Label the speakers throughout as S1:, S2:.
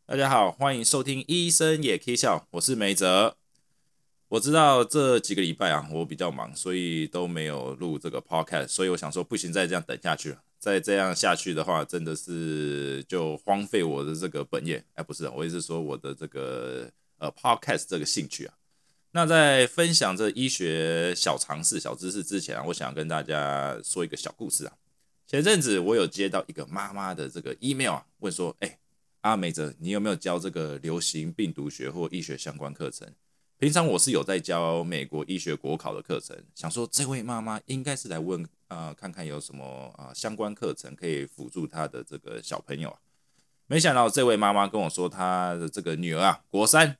S1: 大家好，欢迎收听医生也可以笑，我是梅哲。我知道这几个礼拜我比较忙，所以都没有录这个 podcast，所以我想说不行，再这样等下去了。再这样下去的话，真的是就荒废我的这个本业。不是，我意思是说我的这个podcast 这个兴趣啊。那在分享这医学小常识、小知识之前我想跟大家说一个小故事啊。前阵子我有接到一个妈妈的这个 email 问说，美哲，你有没有教这个流行病毒学或医学相关课程？平常我是有在教美国医学国考的课程，想说这位妈妈应该是来问看看有什么相关课程可以辅助她的这个小朋友啊。没想到这位妈妈跟我说，她的这个女儿国三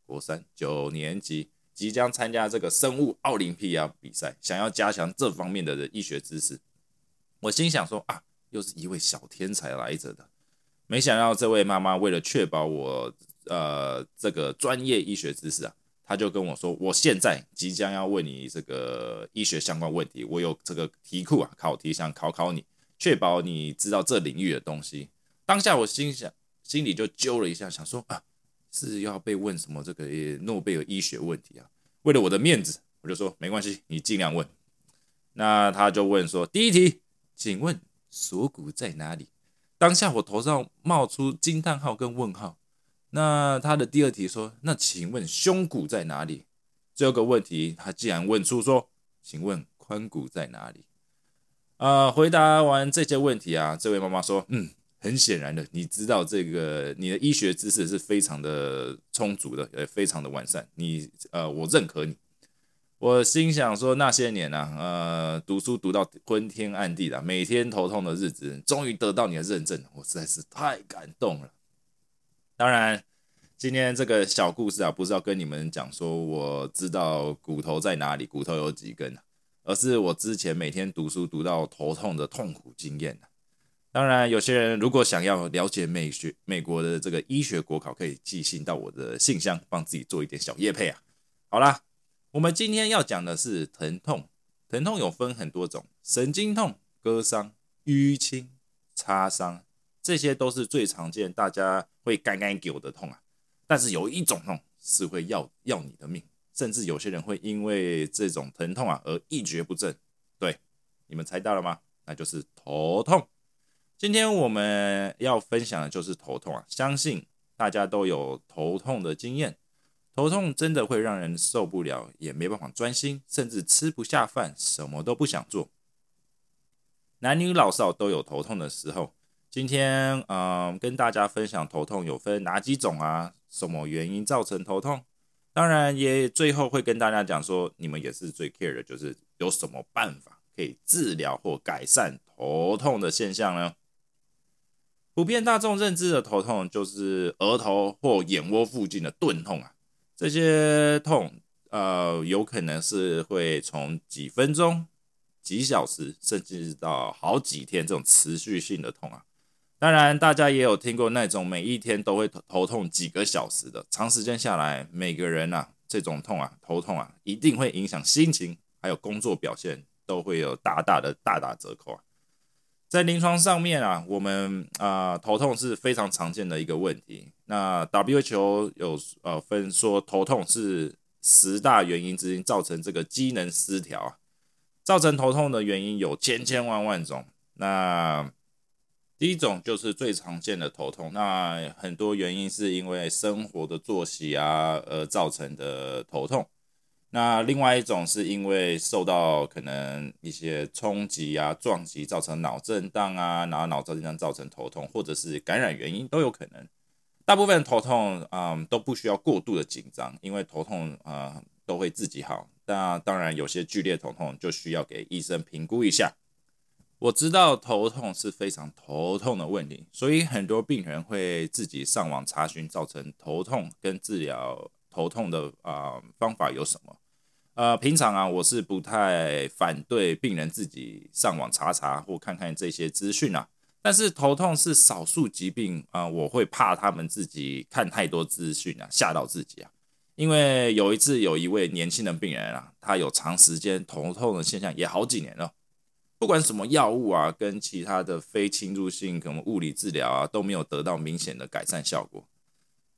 S1: 9年级，即将参加这个生物奥林匹亚比赛，想要加强这方面的医学知识。我心想说又是一位小天才来着的。没想到这位妈妈为了确保我这个专业医学知识她就跟我说，我现在即将要问你这个医学相关问题，我有这个题库考题想考你，确保你知道这领域的东西。当下我心里就揪了一下，想说是要被问什么这个诺贝尔医学问题啊？为了我的面子，我就说没关系，你尽量问。那他就问说，第一题，请问锁骨在哪里？当下我头上冒出惊叹号跟问号。那他的第二题说，那请问胸骨在哪里？最后一个问题他竟然问出说，请问髋骨在哪里？回答完这些问题这位妈妈说，很显然的，你知道这个你的医学知识是非常的充足的，也非常的完善，我认可你。我心想说，那些年读书读到昏天暗地每天头痛的日子，终于得到你的认证，我实在是太感动了。当然，今天这个小故事不是要跟你们讲说我知道骨头在哪里，骨头有几根而是我之前每天读书读到头痛的痛苦经验当然，有些人如果想要了解美国的这个医学国考，可以寄信到我的信箱，帮自己做一点小业配好啦，我们今天要讲的是疼痛。疼痛有分很多种，神经痛、割伤、淤青、擦伤，这些都是最常见大家会干给的痛但是有一种痛是会要你的命，甚至有些人会因为这种疼痛而一蹶不振。对，你们猜到了吗？那就是头痛。今天我们要分享的就是头痛相信大家都有头痛的经验。头痛真的会让人受不了，也没办法专心，甚至吃不下饭，什么都不想做。男女老少都有头痛的时候。今天跟大家分享头痛有分哪几种什么原因造成头痛。当然也最后会跟大家讲说，你们也是最 care 的，就是有什么办法可以治疗或改善头痛的现象呢？普遍大众认知的头痛就是额头或眼窝附近的钝痛这些痛有可能是会从几分钟、几小时，甚至到好几天这种持续性的痛当然，大家也有听过那种每一天都会头痛几个小时的，长时间下来，每个人这种痛头痛一定会影响心情，还有工作表现，都会有大打折扣在临床上面我们头痛是非常常见的一个问题。那 WHO 有分说头痛是10大原因之一，造成这个机能失调造成头痛的原因有千万种。那第一种就是最常见的头痛，那很多原因是因为生活的作息而造成的头痛。那另外一种是因为受到可能一些冲击撞击造成脑震荡然后脑震荡造成头痛，或者是感染原因都有可能。大部分头痛都不需要过度的紧张，因为头痛都会自己好。那当然有些剧烈头痛就需要给医生评估一下。我知道头痛是非常头痛的问题，所以很多病人会自己上网查询造成头痛跟治疗头痛的方法有什么。平常我是不太反对病人自己上网查或看看这些资讯但是头痛是少数疾病我会怕他们自己看太多资讯吓到自己因为有一次有一位年轻的病人他有长时间头痛的现象，也好几年了，不管什么药物跟其他的非侵入性可能物理治疗都没有得到明显的改善效果。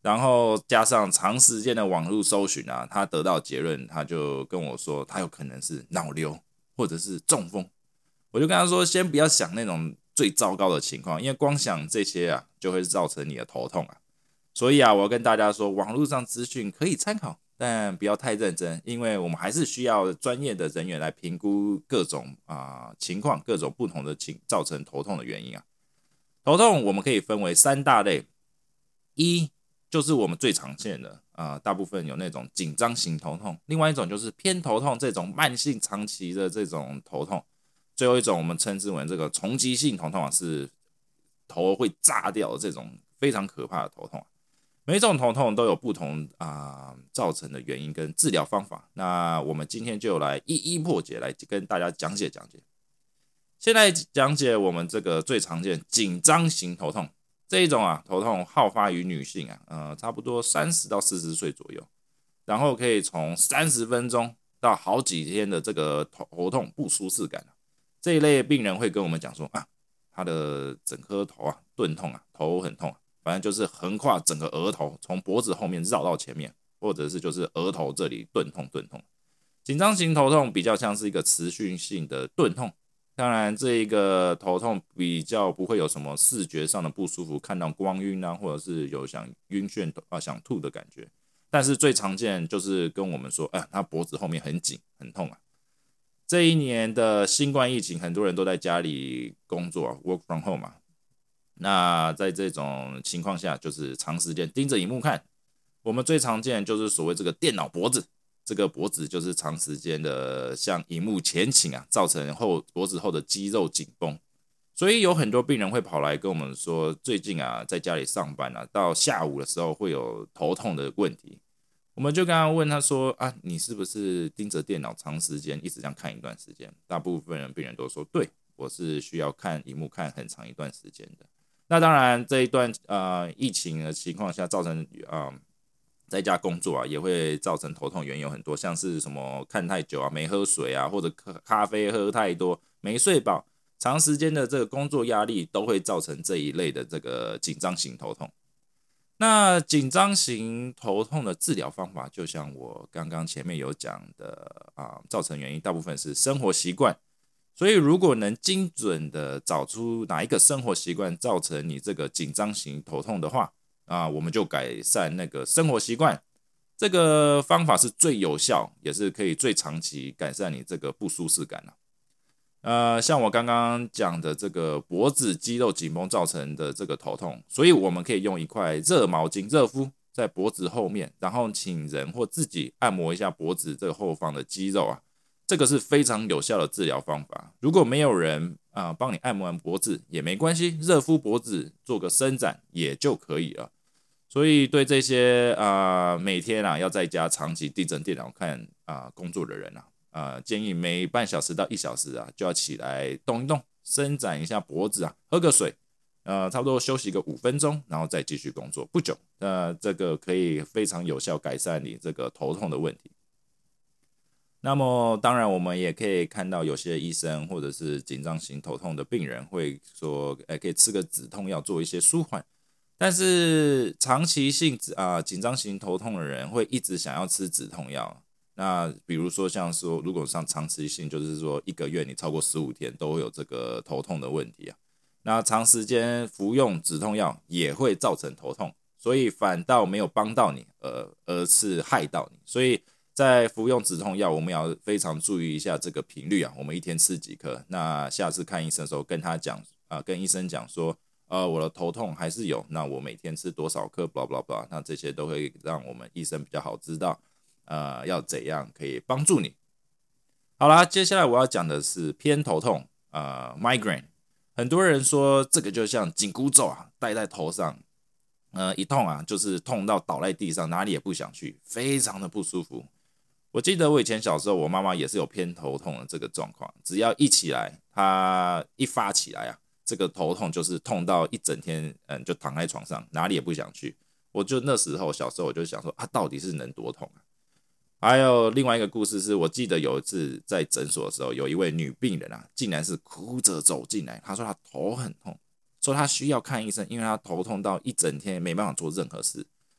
S1: 然后加上长时间的网络搜寻啊，他得到结论，他就跟我说，他有可能是脑瘤或者是中风。我就跟他说，先不要想那种最糟糕的情况，因为光想这些啊，就会造成你的头痛啊。所以啊，我要跟大家说，网络上资讯可以参考，但不要太认真，因为我们还是需要专业的人员来评估各种情况，各种不同的造成头痛的原因啊。头痛我们可以分为3大类，一就是我们最常见的大部分有那种紧张型头痛，另外一种就是偏头痛这种慢性长期的这种头痛，最后一种我们称之为这个冲击性头痛啊，是头会炸掉的这种非常可怕的头痛。每一种头痛都有不同造成的原因跟治疗方法，那我们今天就来一一破解，来跟大家讲解。现在讲解我们这个最常见紧张型头痛这一种头痛好发于女性差不多30到40岁左右，然后可以从30分钟到好几天的这个头痛不舒适感这一类病人会跟我们讲说他的整颗头钝痛头很痛反正就是横跨整个额头，从脖子后面绕到前面，或者是就是额头这里钝痛。紧张型头痛比较像是一个持续性的钝痛，当然这一个头痛比较不会有什么视觉上的不舒服，看到光晕或者是有想晕眩想吐的感觉，但是最常见就是跟我们说他脖子后面很紧很痛这一年的新冠疫情，很多人都在家里工作work from home那在这种情况下，就是长时间盯着荧幕看，我们最常见就是所谓这个电脑脖子，这个脖子就是长时间的向荧幕前倾造成脖子后的肌肉紧绷，所以有很多病人会跑来跟我们说，最近在家里上班到下午的时候会有头痛的问题，我们就刚刚问他说你是不是盯着电脑长时间一直这样看一段时间？大部分病人都说对，我是需要看荧幕看很长一段时间的。那当然，这一段疫情的情况下，造成在家工作也会造成头痛，原因有很多，像是什么看太久没喝水或者咖啡喝太多，没睡饱，长时间的这个工作压力都会造成这一类的这个紧张型头痛。那紧张型头痛的治疗方法，就像我刚刚前面有讲的造成原因大部分是生活习惯。所以如果能精准的找出哪一个生活习惯造成你这个紧张型头痛的话我们就改善那个生活习惯，这个方法是最有效，也是可以最长期改善你这个不舒适感像我刚刚讲的这个脖子肌肉紧绷造成的这个头痛，所以我们可以用一块热毛巾热敷在脖子后面，然后请人或自己按摩一下脖子这个后方的肌肉这个是非常有效的治疗方法。如果没有人帮你按摩完脖子也没关系，热敷脖子做个伸展也就可以了。所以对这些每天要在家长期盯着电脑看工作的人建议每半小时到1小时就要起来动一动，伸展一下脖子喝个水差不多休息个5分钟，然后再继续工作不久，这个可以非常有效改善你这个头痛的问题。那么当然我们也可以看到有些医生或者是紧张型头痛的病人会说可以吃个止痛药做一些舒缓，但是长期性紧张型头痛的人会一直想要吃止痛药。那比如说像说如果上长期性，就是说1个月你超过15天都会有这个头痛的问题那长时间服用止痛药也会造成头痛，所以反倒没有帮到你而是害到你。所以在服用止痛药，我们要非常注意一下这个频率我们一天吃几颗。那下次看医生的时候跟他讲跟医生讲说我的头痛还是有，那我每天吃多少颗 blah blah blah， 那这些都会让我们医生比较好知道要怎样可以帮助你。好啦，接下来我要讲的是偏头痛migraine。很多人说这个就像紧箍咒戴在头上一痛就是痛到倒在地上，哪里也不想去，非常的不舒服。我记得我以前小时候，我妈妈也是有偏头痛的这个状况，只要一起来，她一发起来这个头痛就是痛到一整天就躺在床上，哪里也不想去。我就那时候小时候我就想说到底是能多痛还有另外一个故事是，我记得有一次在诊所的时候，有一位女病人竟然是哭着走进来，她说她头很痛，说她需要看医生，因为她头痛到一整天没办法做任何事。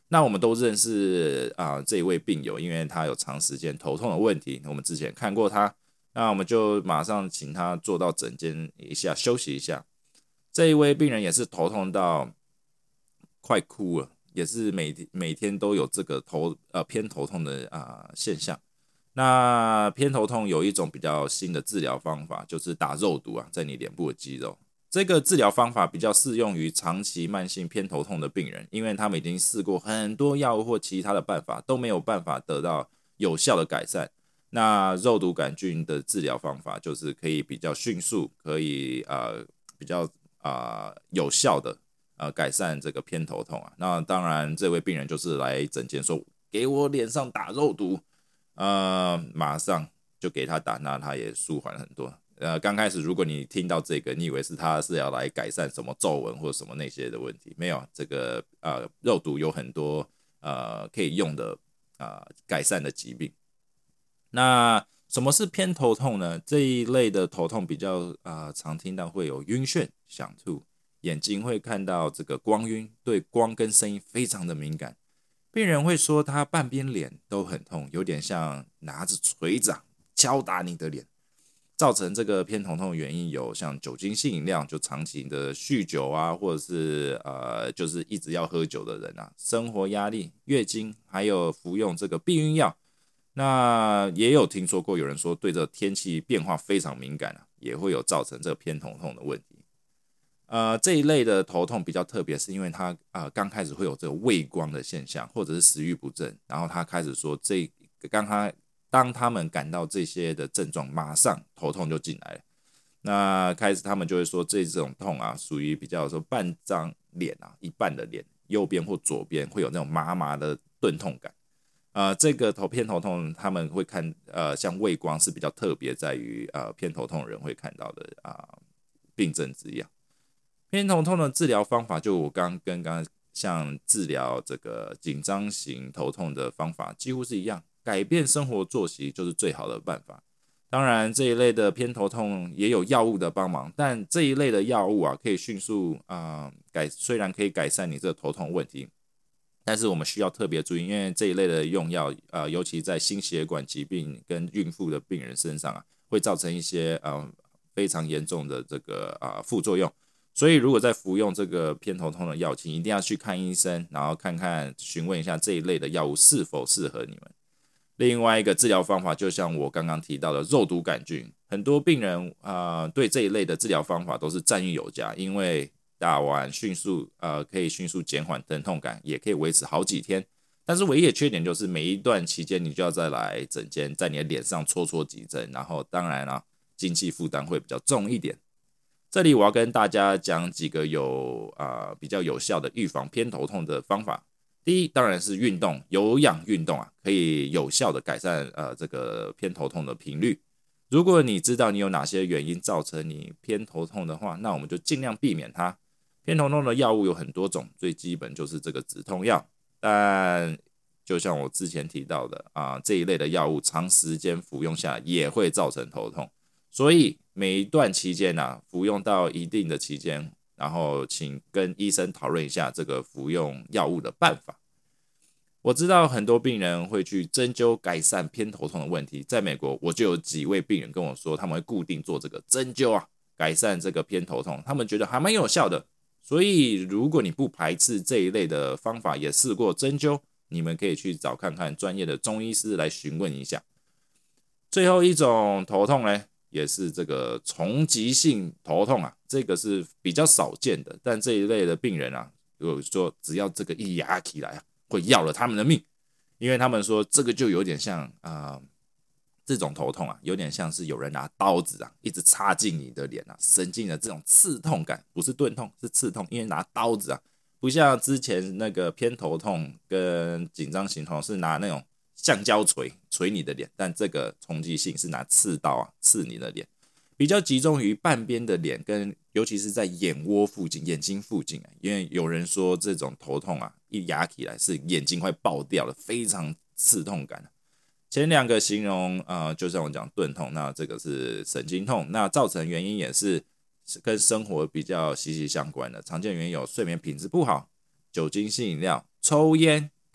S1: 那我们都认识这一位病友，因为他有长时间头痛的问题，我们之前看过他，那我们就马上请他坐到诊间一下休息一下。这一位病人也是头痛到快哭了，也是每天都有这个偏头痛的现象。那偏头痛有一种比较新的治疗方法，就是打肉毒在你脸部的肌肉。这个治疗方法比较适用于长期慢性偏头痛的病人，因为他们已经试过很多药物或其他的办法，都没有办法得到有效的改善。那肉毒杆菌的治疗方法就是可以比较迅速，可以比较有效的改善这个偏头痛那当然，这位病人就是来诊间说，给我脸上打肉毒，马上就给他打，那他也舒缓很多。刚开始如果你听到这个，你以为他是要来改善什么皱纹或什么那些的问题，没有，这个肉毒有很多可以用的改善的疾病。那什么是偏头痛呢？这一类的头痛比较常听到会有晕眩、想吐，眼睛会看到这个光晕，对光跟声音非常的敏感。病人会说他半边脸都很痛，有点像拿着锤子敲打你的脸。造成这个偏头痛的原因有像酒精性饮料，就长期的酗酒或者是就是一直要喝酒的人生活压力、月经，还有服用这个避孕药。那也有听说过有人说对这天气变化非常敏感也会有造成这个偏头痛的问题。这一类的头痛比较特别，是因为他刚开始会有这个畏光的现象，或者是食欲不振，然后他开始说当他们感到这些的症状，马上头痛就进来了。那开始他们就会说这种痛属于比较说半张脸一半的脸，右边或左边会有那种麻麻的钝痛感。这个偏头痛他们会看像畏光是比较特别在于偏头痛人会看到的病症之一偏头痛的治疗方法，就我刚刚像治疗这个紧张型头痛的方法几乎是一样，改变生活作息就是最好的办法。当然这一类的偏头痛也有药物的帮忙，但这一类的药物可以迅速虽然可以改善你这个头痛问题，但是我们需要特别注意，因为这一类的用药尤其在心血管疾病跟孕妇的病人身上会造成一些非常严重的这个副作用。所以如果在服用这个偏头痛的药，请一定要去看医生，然后询问一下这一类的药物是否适合你们。另外一个治疗方法，就像我刚刚提到的肉毒杆菌，很多病人对这一类的治疗方法都是赞誉有加，因为打完可以迅速减缓疼痛感，也可以维持好几天。但是唯一的缺点就是每一段期间你就要再来诊间，在你的脸上戳几针，然后当然经济负担会比较重一点。这里我要跟大家讲几个比较有效的预防偏头痛的方法。第一，当然是运动，有氧运动可以有效的改善这个偏头痛的频率。如果你知道你有哪些原因造成你偏头痛的话，那我们就尽量避免它。偏头痛的药物有很多种，最基本就是这个止痛药，但就像我之前提到的这一类的药物长时间服用下来也会造成头痛，所以每一段期间服用到一定的期间，然后请跟医生讨论一下这个服用药物的办法。我知道很多病人会去针灸改善偏头痛的问题，在美国我就有几位病人跟我说，他们会固定做这个针灸改善这个偏头痛，他们觉得还蛮有效的。所以如果你不排斥这一类的方法，也试过针灸，你们可以去找看看专业的中医师来询问一下。最后一种头痛呢，也是这个丛集性头痛这个是比较少见的，但这一类的病人有说只要这个一压起来会要了他们的命，因为他们说这个就有点像这种头痛有点像是有人拿刀子一直插进你的脸神经的这种刺痛感，不是钝痛，是刺痛，因为拿刀子不像之前那个偏头痛跟紧张型头痛是拿那种橡胶锤你的脸，但这个冲击性是拿刺刀刺你的脸，比较集中于半边的脸，跟尤其是在眼窝附近、眼睛附近因为有人说这种头痛一压起来是眼睛快爆掉了，非常刺痛感。前两个形容就像我讲钝痛，那这个是神经痛，那造成原因也是跟生活比较息息相关的，常见原因有睡眠品质不好、酒精性饮料、抽烟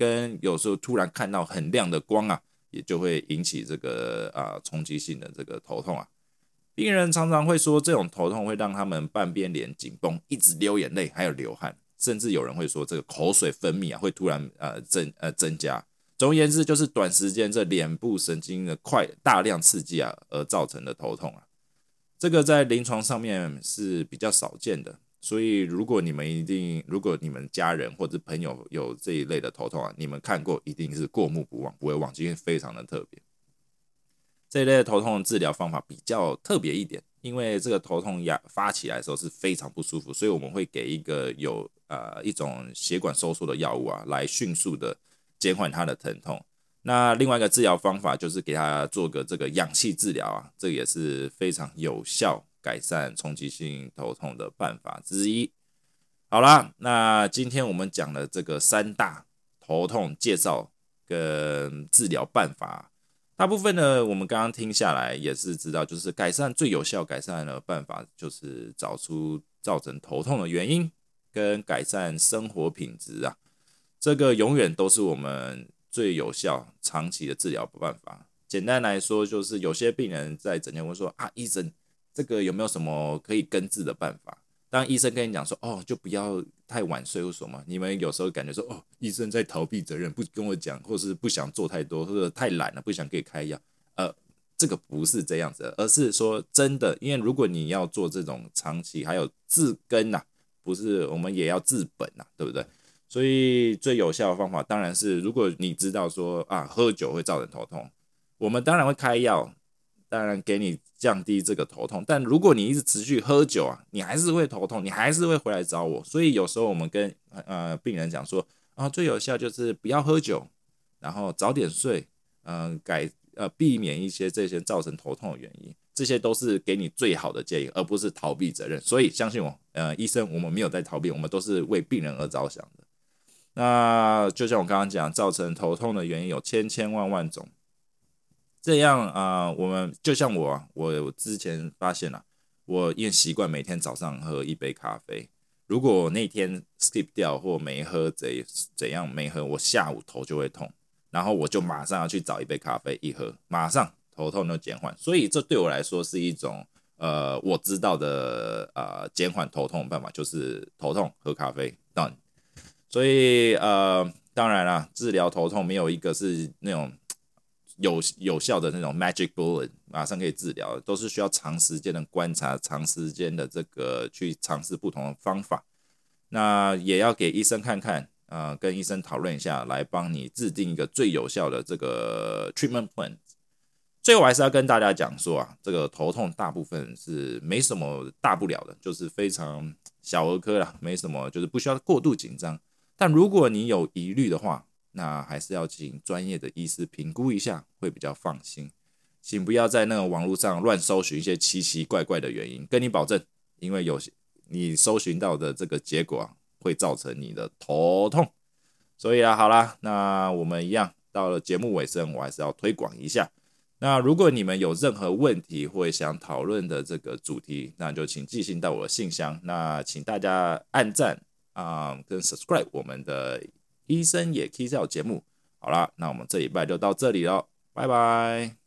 S1: 跟有时候突然看到很亮的光啊，也就会引起这个冲击性的这个头痛啊。病人常常会说，这种头痛会让他们半边脸紧绷，一直流眼泪，还有流汗，甚至有人会说这个口水分泌啊会突然增加。总而言之，就是短时间这脸部神经的大量刺激啊而造成的头痛啊。这个在临床上面是比较少见的，所以如果你们家人或者朋友有这一类的头痛啊，你们看过一定是过目不忘，不会忘记，因为非常的特别。这一类的头痛的治疗方法比较特别一点，因为这个头痛发起来的时候是非常不舒服，所以我们会给一个一种血管收缩的药物啊，来迅速的减缓它的疼痛。那另外一个治疗方法就是给他做个这个氧气治疗啊，这也是非常有效改善冲击性头痛的办法之一。好啦，那今天我们讲了这个3大头痛介绍跟治疗办法，大部分呢我们刚刚听下来也是知道，就是最有效改善的办法就是找出造成头痛的原因跟改善生活品质啊，这个永远都是我们最有效长期的治疗办法。简单来说，就是有些病人在诊间会说医生，这个有没有什么可以根治的办法？当医生跟你讲说就不要太晚睡或什么，你们有时候感觉说医生在逃避责任，不跟我讲，或是不想做太多，或者太懒了不想给你开药。这个不是这样子，而是说真的，因为如果你要做这种长期还有治根不是我们也要治本对不对？所以最有效的方法当然是，如果你知道说喝酒会造成头痛，我们当然会开药，当然给你降低这个头痛。但如果你一直持续喝酒你还是会头痛，你还是会回来找我。所以有时候我们跟病人讲说最有效就是不要喝酒，然后早点睡，避免一些这些造成头痛的原因。这些都是给你最好的建议，而不是逃避责任。所以相信我，医生我们没有在逃避，我们都是为病人而着想的。那就像我刚刚讲，造成头痛的原因有千万种。这样我们就像我之前发现我因为习惯每天早上喝一杯咖啡，如果我那天 skip 掉或没喝怎样没喝，我下午头就会痛，然后我就马上要去找一杯咖啡一喝，马上头痛就减缓。所以这对我来说是一种我知道的减缓头痛的办法，就是头痛喝咖啡 done。所以当然啦，治疗头痛没有一个是那种有效的那种 magic bullet 马上可以治疗，都是需要长时间的观察，长时间的这个去尝试不同的方法。那也要给医生看看跟医生讨论一下，来帮你制定一个最有效的这个 treatment plan。最后还是要跟大家讲说这个头痛大部分是没什么大不了的，就是非常小儿科啦，没什么，就是不需要过度紧张。但如果你有疑虑的话，那还是要请专业的医师评估一下，会比较放心。请不要在那个网络上乱搜寻一些奇奇怪怪的原因，跟你保证，因为你搜寻到的这个结果会造成你的头痛。所以好啦，那我们一样到了节目尾声，我还是要推广一下。那如果你们有任何问题或想讨论的这个主题，那就请寄信到我的信箱。那请大家按赞跟 subscribe 我们的医生也 K 笑节目。好啦，那我们这礼拜就到这里了，拜拜。